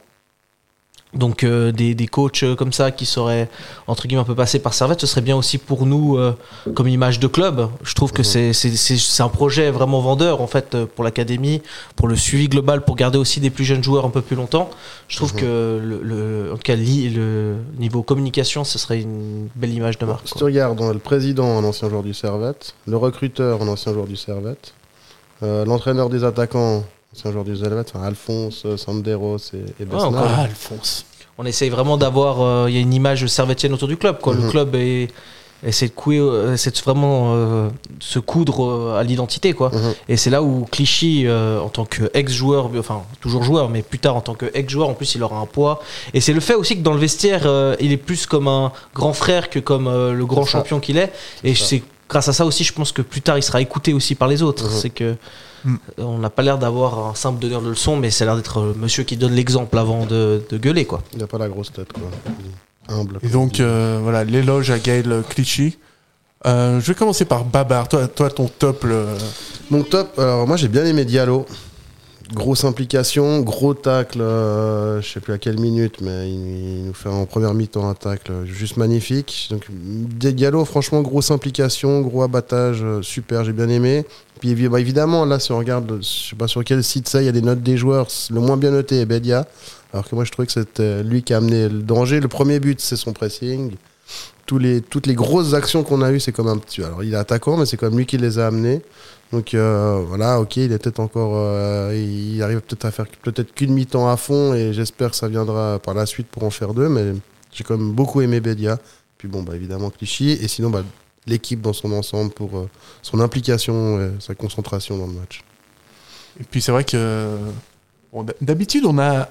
Donc euh, des, des coachs euh, comme ça qui seraient entre guillemets un peu passés par Servette, ce serait bien aussi pour nous euh, comme image de club. Je trouve que c'est, c'est, c'est, c'est un projet vraiment vendeur en fait euh, pour l'académie, pour le suivi global, pour garder aussi des plus jeunes joueurs un peu plus longtemps. Je trouve Mhm. que le, le, en tout cas li- le niveau communication, ce serait une belle image de marque. Si tu quoi. regardes, on a le président, un ancien joueur du Servette, le recruteur, un ancien joueur du Servette, euh, l'entraîneur des attaquants, ancien joueur du Servette, enfin, Alphonse, euh, Sanderos et, et Besnard. encore. Ah, Alphonse. On essaye vraiment d'avoir, euh, il y a une image servettienne autour du club. Quoi. Le Mhm. club est, essaie de, couer, euh, essaie de vraiment euh, se coudre euh, à l'identité. Quoi. Mhm. Et c'est là où Clichy, euh, en tant qu'ex-joueur, enfin toujours joueur, mais plus tard en tant qu'ex-joueur, en plus il aura un poids. Et c'est le fait aussi que dans le vestiaire, euh, il est plus comme un grand frère que comme euh, le grand C'est ça. champion qu'il est. Et ça. c'est grâce à ça aussi, je pense que plus tard il sera écouté aussi par les autres. Mhm. C'est que Mhm. on n'a pas l'air d'avoir un simple donneur de leçons, mais ça a l'air d'être euh, monsieur qui donne l'exemple avant de, de gueuler. Quoi. Il n'a pas la grosse tête, quoi. Il est humble. Et donc, euh, voilà, l'éloge à Gaël Clichy. Euh, je vais commencer par Babar. Toi, toi ton top. Le... Mon top, alors moi j'ai bien aimé Diallo. Grosse implication, gros tacle, euh, je sais plus à quelle minute, mais il, il nous fait en première mi-temps un tacle juste magnifique. Donc Diallo, franchement, grosse implication, gros abattage, euh, super, j'ai bien aimé. Puis évi- bah, évidemment, là, si on regarde, je sais pas sur quel site ça, il y a des notes des joueurs. Le moins bien noté est Bedia. Alors que moi, je trouvais que c'était lui qui a amené le danger. Le premier but, c'est son pressing. Tous les, toutes les grosses actions qu'on a eues, c'est comme un petit. Alors, il est attaquant, mais c'est comme lui qui les a amenées. Donc euh, voilà, ok, il est peut-être encore. Euh, il arrive peut-être à faire peut-être qu'une mi-temps à fond, et j'espère que ça viendra par la suite pour en faire deux. Mais j'ai quand même beaucoup aimé Bedia. Puis bon, bah, évidemment, Clichy. Et sinon, bah, l'équipe dans son ensemble pour euh, son implication et sa concentration dans le match. Et puis c'est vrai que bon, d'habitude on a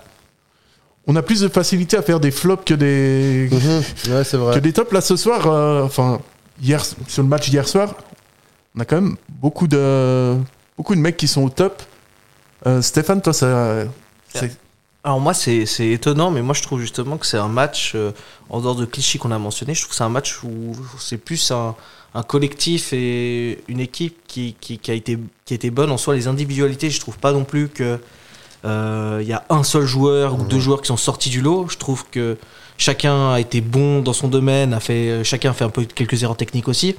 on a plus de facilité à faire des flops que des mmh, ouais, c'est vrai. que des tops. Là ce soir, euh, enfin hier sur le match d'hier soir, on a quand même beaucoup de beaucoup de mecs qui sont au top. Euh, Stéphane, toi ça c'est... Alors moi c'est, c'est étonnant, mais moi je trouve justement que c'est un match, euh, en dehors de Clichy qu'on a mentionné, je trouve que c'est un match où c'est plus un, un collectif et une équipe qui, qui, qui, a été, qui a été bonne en soi. Les individualités, je trouve pas non plus que euh, y a un seul joueur ou mmh. deux joueurs qui sont sortis du lot. Je trouve que chacun a été bon dans son domaine, a fait, chacun a fait un peu quelques erreurs techniques aussi.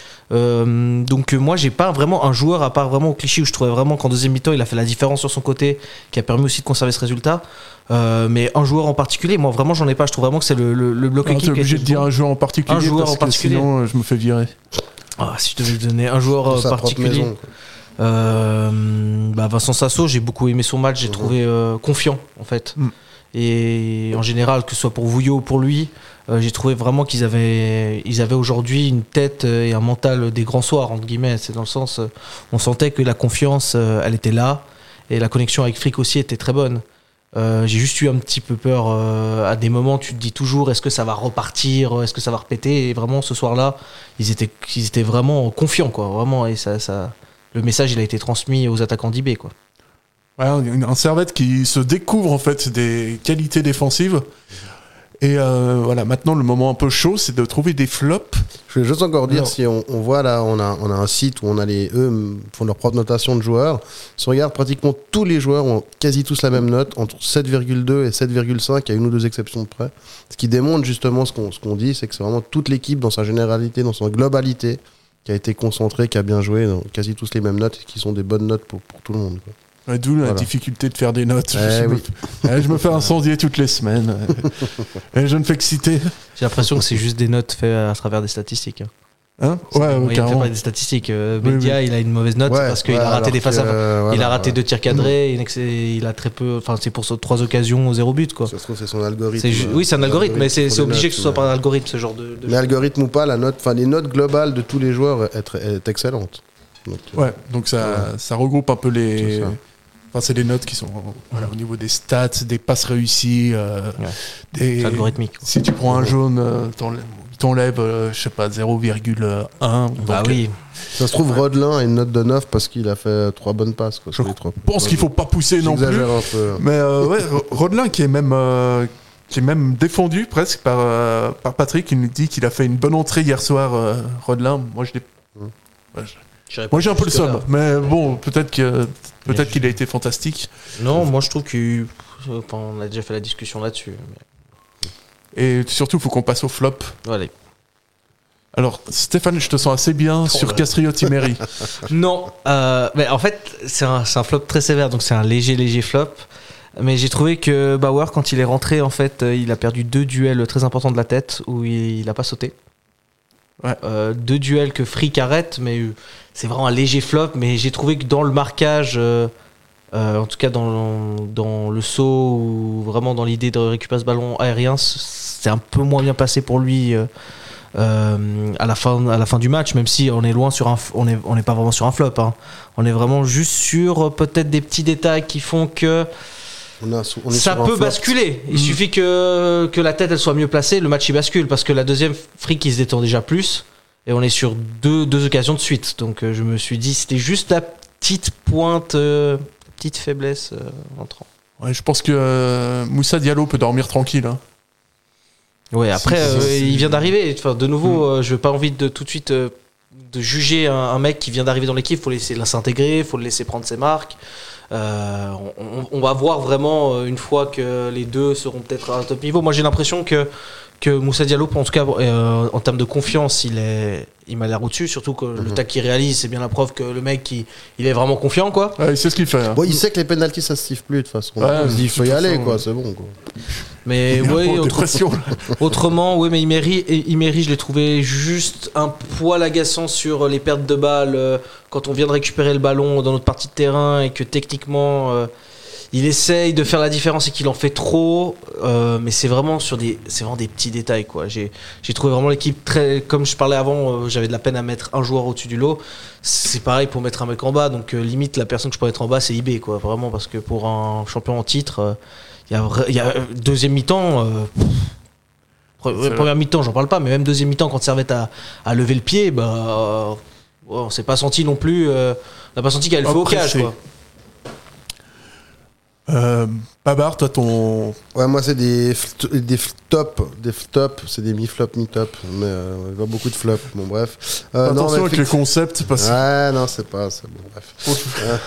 Euh, donc euh, moi j'ai pas vraiment un joueur à part vraiment au Clichy où je trouvais vraiment qu'en deuxième mi-temps il a fait la différence sur son côté, qui a permis aussi de conserver ce résultat, euh, mais un joueur en particulier moi vraiment j'en ai pas. Je trouve vraiment que c'est le, le, le bloc ah, équipe. T'es obligé de dire un joueur en particulier, un joueur parce en particulier. Que sinon je me fais virer. Ah, si je devais donner un joueur en particulier, maison, euh, bah Vincent Sasso, j'ai beaucoup aimé son match, j'ai mmh. trouvé euh, confiant en fait. Mmh. Et en général, que ce soit pour Vouillot ou pour lui, euh, j'ai trouvé vraiment qu'ils avaient, ils avaient aujourd'hui une tête et un mental des grands soirs, entre guillemets. C'est dans le sens, euh, on sentait que la confiance, euh, elle était là, et la connexion avec Frick aussi était très bonne. Euh, j'ai juste eu un petit peu peur. Euh, à des moments, tu te dis toujours, est-ce que ça va repartir, est-ce que ça va repéter? Et vraiment, ce soir-là, ils étaient, ils étaient vraiment confiants, quoi. Vraiment, et ça, ça, le message, il a été transmis aux attaquants d'I B, quoi. Ouais, un Servette qui se découvre en fait des qualités défensives. Et euh, voilà, maintenant le moment un peu chaud, c'est de trouver des flops. Je vais juste encore dire, Alors, si on, on voit là, on a, on a un site où on a les, eux font leur propre notation de joueurs. Si on regarde, pratiquement tous les joueurs ont quasi tous la même note, entre sept virgule deux et sept virgule cinq, à une ou deux exceptions de près. Ce qui démontre justement ce qu'on, ce qu'on dit, c'est que c'est vraiment toute l'équipe dans sa généralité, dans sa globalité, qui a été concentrée, qui a bien joué, dans quasi tous les mêmes notes, et qui sont des bonnes notes pour, pour tout le monde, quoi. Ouais, d'où voilà. La difficulté de faire des notes. Eh je, oui. me... je me fais incendier toutes les semaines. Et je ne fais que citer. J'ai l'impression que c'est juste des notes faites à travers des statistiques. Hein ouais, bon, ouais, il fait pas des statistiques. Euh, oui, Bedia, oui. il a une mauvaise note ouais, parce qu'il ouais, a raté des face à face. Euh, voilà, il a raté ouais. deux tirs cadrés. Mmh. Il a très peu. Enfin, c'est pour trois occasions, zéro but, quoi. Ça se trouve, c'est son algorithme. C'est ju- oui, c'est un algorithme, mais c'est, c'est obligé notes, que ce soit mais... par un algorithme, ce genre de. de mais algorithme ou pas, la note, enfin, les notes globales de tous les joueurs est, est excellente. Donc, ouais, donc ça, ouais. ça regroupe un peu les. Enfin, c'est des notes qui sont voilà, au niveau des stats, des passes réussies. Euh, ouais. des... C'est algorithmique. Si tu prends un jaune, euh, t'enlèves, t'enlèves euh, je sais pas, zéro virgule un. Bah donc, oui. Ça se trouve, ouais. Rodelin a une note de neuf parce qu'il a fait trois bonnes passes. Quoi, je les trois. pense qu'il faut pas pousser non plus. Un peu. Mais euh, ouais, Rodelin qui est même. Euh, qui est même défendu presque par, euh, par Patrick, qui nous dit qu'il a fait une bonne entrée hier soir, euh, Rodelin. Moi, je l'ai. Hum. Ouais, je... Moi, j'ai un peu le somme, mais bon, peut-être que. Peut-être qu'il a été fantastique. Non, moi je trouve qu'on enfin, a déjà fait la discussion là-dessus. Mais... Et surtout, il faut qu'on passe au flop. Allez. Alors, Stéphane, je te sens assez bien oh sur Castriotti-Méry. Non, euh, mais en fait, c'est un, c'est un flop très sévère, donc c'est un léger, léger flop. Mais j'ai trouvé que Bauer, quand il est rentré, en fait, il a perdu deux duels très importants de la tête où il n'a pas sauté. Ouais. Euh, deux duels que Frick arrête, mais c'est vraiment un léger flop. Mais j'ai trouvé que dans le marquage, euh, euh, en tout cas dans, dans le saut ou vraiment dans l'idée de récupérer ce ballon aérien, c'est un peu moins bien passé pour lui euh, euh, à la fin à la fin du match. Même si on est loin sur un, on est on n'est pas vraiment sur un flop. Hein. On est vraiment juste sur peut-être des petits détails qui font que On a, on ça peut basculer. Il mmh. suffit que, que la tête elle soit mieux placée, le match il bascule parce que la deuxième Frick il se détend déjà plus et on est sur deux, deux occasions de suite. Donc euh, je me suis dit c'était juste la petite pointe, euh, petite faiblesse euh, entrant. Ouais, je pense que euh, Moussa Diallo peut dormir tranquille. Hein. Ouais, après euh, il vient d'arriver. Enfin, de nouveau, mmh. euh, je n'ai pas envie de tout de suite euh, de juger un, un mec qui vient d'arriver dans l'équipe. Il faut laisser s'intégrer, il faut le laisser prendre ses marques. Euh, on, on va voir vraiment une fois que les deux seront peut-être à un top niveau. Moi j'ai l'impression que que Moussa Diallo, en tout cas, euh, en termes de confiance, il est, il m'a l'air au-dessus. Surtout que mm-hmm. le tac qu'il réalise, c'est bien la preuve que le mec, il, il est vraiment confiant, quoi. Ouais, il sait ce qu'il fait. Hein. Bon, il sait que les pénaltys, ça se siffle plus de toute façon. Ouais, il dit, il faut y aller, quoi. C'est bon, quoi. Mais oui, autre... autrement, oui, mais Imery, Imery, je l'ai trouvé juste un poil agaçant sur les pertes de balles euh, quand on vient de récupérer le ballon dans notre partie de terrain et que techniquement euh, il essaye de faire la différence et qu'il en fait trop, euh, mais c'est vraiment sur des, c'est vraiment des petits détails, quoi. J'ai, j'ai trouvé vraiment l'équipe très, comme je parlais avant, euh, j'avais de la peine à mettre un joueur au-dessus du lot. C'est pareil pour mettre un mec en bas, donc euh, limite la personne que je pourrais mettre en bas, c'est I B, quoi, vraiment, parce que pour un champion en titre. Euh, Il y, a, il y a deuxième mi-temps, euh, pre- première mi-temps, j'en parle pas, mais même deuxième mi-temps, quand Servette a, a levé le pied, bah, euh, on s'est pas senti non plus, euh, on n'a pas senti qu'il y avait le feu au cage, quoi. Euh, Babar, toi ton. Ouais, moi c'est des des top, des top, c'est des mi-flop, mi-top, mais euh, il y a beaucoup de flop. Bon bref. Euh, Attention non, avec les concepts, parce que. Ouais, non, c'est pas, c'est bon, bref.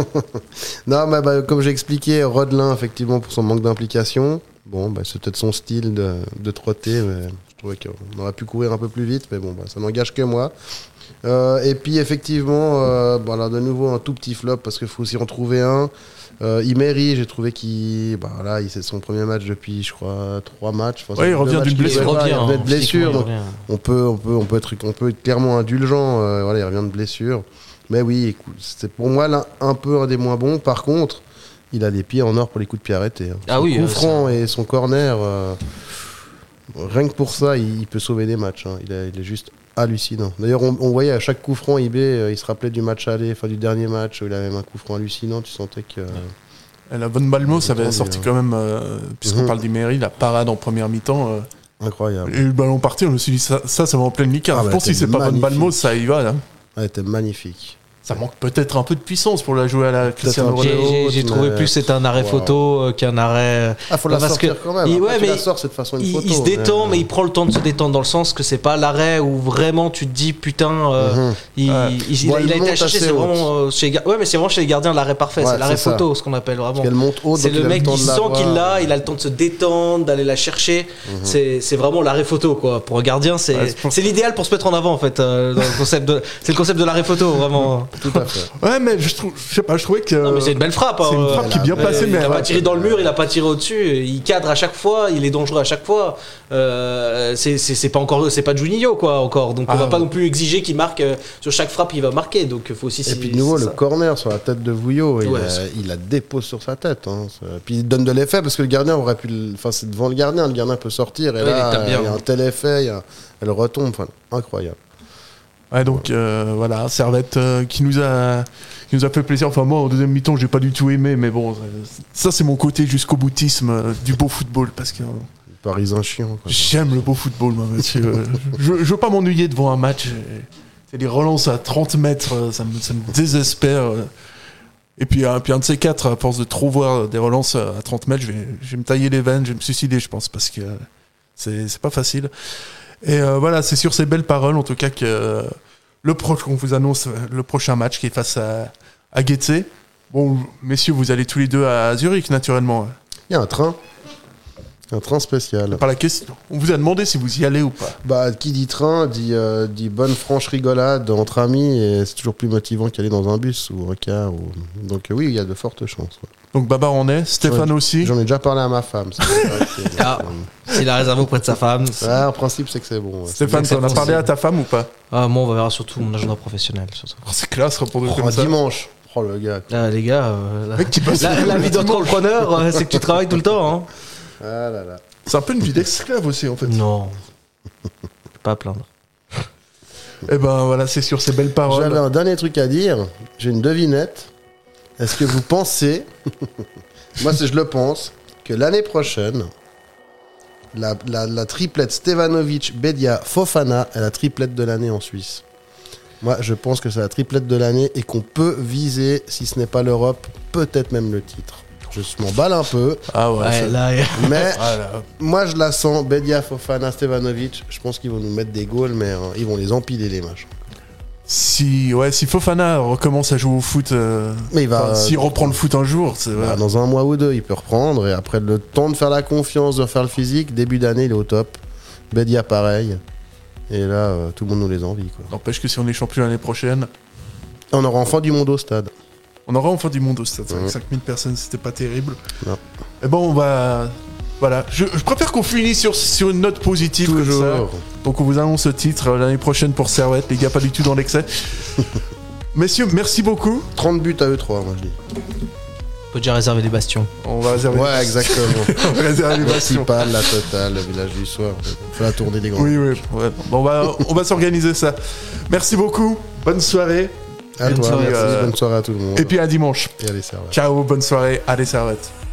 Non, mais bah, comme j'ai expliqué, Rodelin, effectivement, pour son manque d'implication. Bon, bah, c'est peut-être son style de, de trotter, mais je trouvais qu'on aurait pu courir un peu plus vite, mais bon, bah, ça n'engage que moi. Euh, et puis, effectivement, euh, bon, alors, de nouveau, un tout petit flop, parce qu'il faut aussi en trouver un. Euh, Imery, j'ai trouvé qu'il. Bah, voilà, c'est son premier match depuis, je crois, trois matchs. Enfin, ouais, il revient d'une blessure. Il revient, hein, de blessure, donc on peut, on, peut, on, peut être, on peut être clairement indulgent. Euh, voilà, il revient de blessure. Mais oui, écoute, c'est pour moi là un peu un des moins bons. Par contre, il a les pieds en or pour les coups de pied arrêtés. Hein. Ah son oui, coup euh, franc ça... et son corner, euh, rien que pour ça, il, il peut sauver des matchs. Hein. Il, a, il est juste hallucinant. D'ailleurs, on, on voyait à chaque coup franc, I B, euh, il se rappelait du match aller, enfin du dernier match où il avait même un coup franc hallucinant. Tu sentais que. Euh, la bonne Balmo, ça avait sorti quand même, euh, puisqu'on mm-hmm. parle d'Imery, la parade en première mi-temps. Euh, Incroyable. Et le ballon parti, je me suis dit, ça, ça, ça va en pleine mi-temps. Ah, je bah, pense que si c'est pas bonne Balmo, ça y va. Là. Elle était magnifique. Ça manque peut-être un peu de puissance pour la jouer à la Cristiano Ronaldo. J'ai, j'ai, j'ai trouvé plus c'est un arrêt wow. photo euh, qu'un arrêt. Ah, faut la parce sortir que quand même. Il, ouais, Après, mais tu la sors cette façon une il, photo. Il se détend, mais... mais il prend le temps de se détendre dans le sens que c'est pas l'arrêt où vraiment tu te dis putain. Euh, mm-hmm. Il, ouais. il, il, bon, il, il a été cherché. C'est vraiment euh, chez ouais, mais c'est vraiment chez les gardiens l'arrêt parfait. Ouais, c'est l'arrêt c'est photo, ce qu'on appelle vraiment. Elle monte haut. C'est le mec qui sent qu'il l'a, il a le temps de se détendre, d'aller la chercher. C'est c'est vraiment l'arrêt photo quoi. Pour un gardien, c'est c'est l'idéal pour se mettre en avant en fait. C'est le concept de l'arrêt photo vraiment. Tout à fait. Ouais, mais je trouve. Je sais pas, je trouvais que. Non, mais c'est une belle frappe. C'est hein, une frappe euh, qui est bien placée, euh, mais. Il a pas tiré dans le mur, il a pas tiré au-dessus. Il cadre à chaque fois, il est dangereux à chaque fois. Euh, c'est, c'est, c'est pas encore, c'est pas Juninho quoi encore. Donc ah, on va ouais. pas non plus exiger qu'il marque euh, sur chaque frappe, il va marquer. Donc faut aussi. Et puis de nouveau le ça. corner sur la tête de Vouillot, il, ouais, a, il la dépose sur sa tête. Hein. Puis il donne de l'effet parce que le gardien aurait pu, le... enfin c'est devant le gardien, le gardien peut sortir et ouais, là il, il y a un tel effet, il y a... elle retombe, enfin incroyable. Ouais, donc euh, voilà, Servette euh, qui nous a qui nous a fait plaisir. Enfin moi en deuxième mi-temps j'ai pas du tout aimé, mais bon ça c'est mon côté jusqu'au boutisme euh, du beau football parce que euh, Parisien chiant. Quoi. J'aime le beau football moi monsieur. je, je veux pas m'ennuyer devant un match. C'est des relances à trente mètres, ça me, ça me désespère. Et puis, euh, puis un de ces quatre, à force de trop voir des relances à trente mètres, je vais, je vais me tailler les veines, je vais me suicider je pense parce que c'est, c'est pas facile. Et euh, voilà, c'est sur ces belles paroles, en tout cas, que euh, le pro- qu'on vous annonce le prochain match qui est face à, à Getse. Bon, messieurs, vous allez tous les deux à Zurich, naturellement. Il y a un train. Un train spécial. Pas la question. On vous a demandé si vous y allez ou pas. Bah, qui dit train, dit, euh, dit bonne franche rigolade entre amis, et c'est toujours plus motivant qu'aller dans un bus ou un car. Ou... Donc euh, oui, il y a de fortes chances. Ouais. Donc Babar en est, Stéphane j'en ai, aussi. J'en ai déjà parlé à ma femme. Ah, s'il a réservé auprès de sa femme. Ouais, en principe, c'est que c'est bon. Ouais. Stéphane, t'en as parlé à ta femme ou pas? Ah, moi, on va voir surtout mon agenda professionnel. Surtout. Oh, c'est classe, répondre oh, comme ça. Dimanche. Oh le gars. Ah, les gars, euh, la, mec qui passe la, la vie d'entrepreneur, euh, c'est que tu travailles tout le temps. Hein. Ah là là. C'est un peu une vie d'esclave aussi en fait. Non. Pas à plaindre. Et ben voilà, c'est sur ces belles paroles. J'avais un dernier truc à dire. J'ai une devinette. Est-ce que vous pensez, moi je le pense, que l'année prochaine, la, la, la triplette Stevanovic, Bedia, Fofana est la triplette de l'année en Suisse? Moi je pense que c'est la triplette de l'année et qu'on peut viser, si ce n'est pas l'Europe, peut-être même le titre. Je m'emballe un peu. Ah ouais. ouais là, yeah. Mais ah là. Moi je la sens. Bedia, Fofana, Stevanovic. Je pense qu'ils vont nous mettre des goals, mais hein, ils vont les empiler les matchs. Si ouais, si Fofana recommence à jouer au foot, euh, mais il va. S'il reprend le foot un jour, c'est bah, dans un mois ou deux, il peut reprendre et après le temps de faire la confiance, de faire le physique, début d'année, il est au top. Bédia pareil. Et là, euh, tout le monde nous les envie. Quoi. N'empêche que si on est champion l'année prochaine, on aura enfin du monde au stade. On aura enfin du monde au stade. Mmh. cinq mille personnes, c'était pas terrible. Non. Et bon, on va. Voilà. Je, je préfère qu'on finisse sur, sur une note positive Toujours. comme ça. Donc on vous annonce ce titre euh, l'année prochaine pour Servette. Les gars, pas du tout dans l'excès. Messieurs, merci beaucoup. trente buts à eux trois, moi je dis. On peut déjà réserver les bastions. On va réserver. Ouais, exactement. on va réserver les bastions. Principal, la totale, le village du soir. On fait la tournée des grands. Oui, oui. Ouais. Bon, on va, on va s'organiser ça. Merci beaucoup. Bonne soirée. À bonne toi, soirée, merci. euh... Bonne soirée à tout le monde. Et puis à dimanche. Et allez, Servette. Ciao, bonne soirée. Allez, Servette.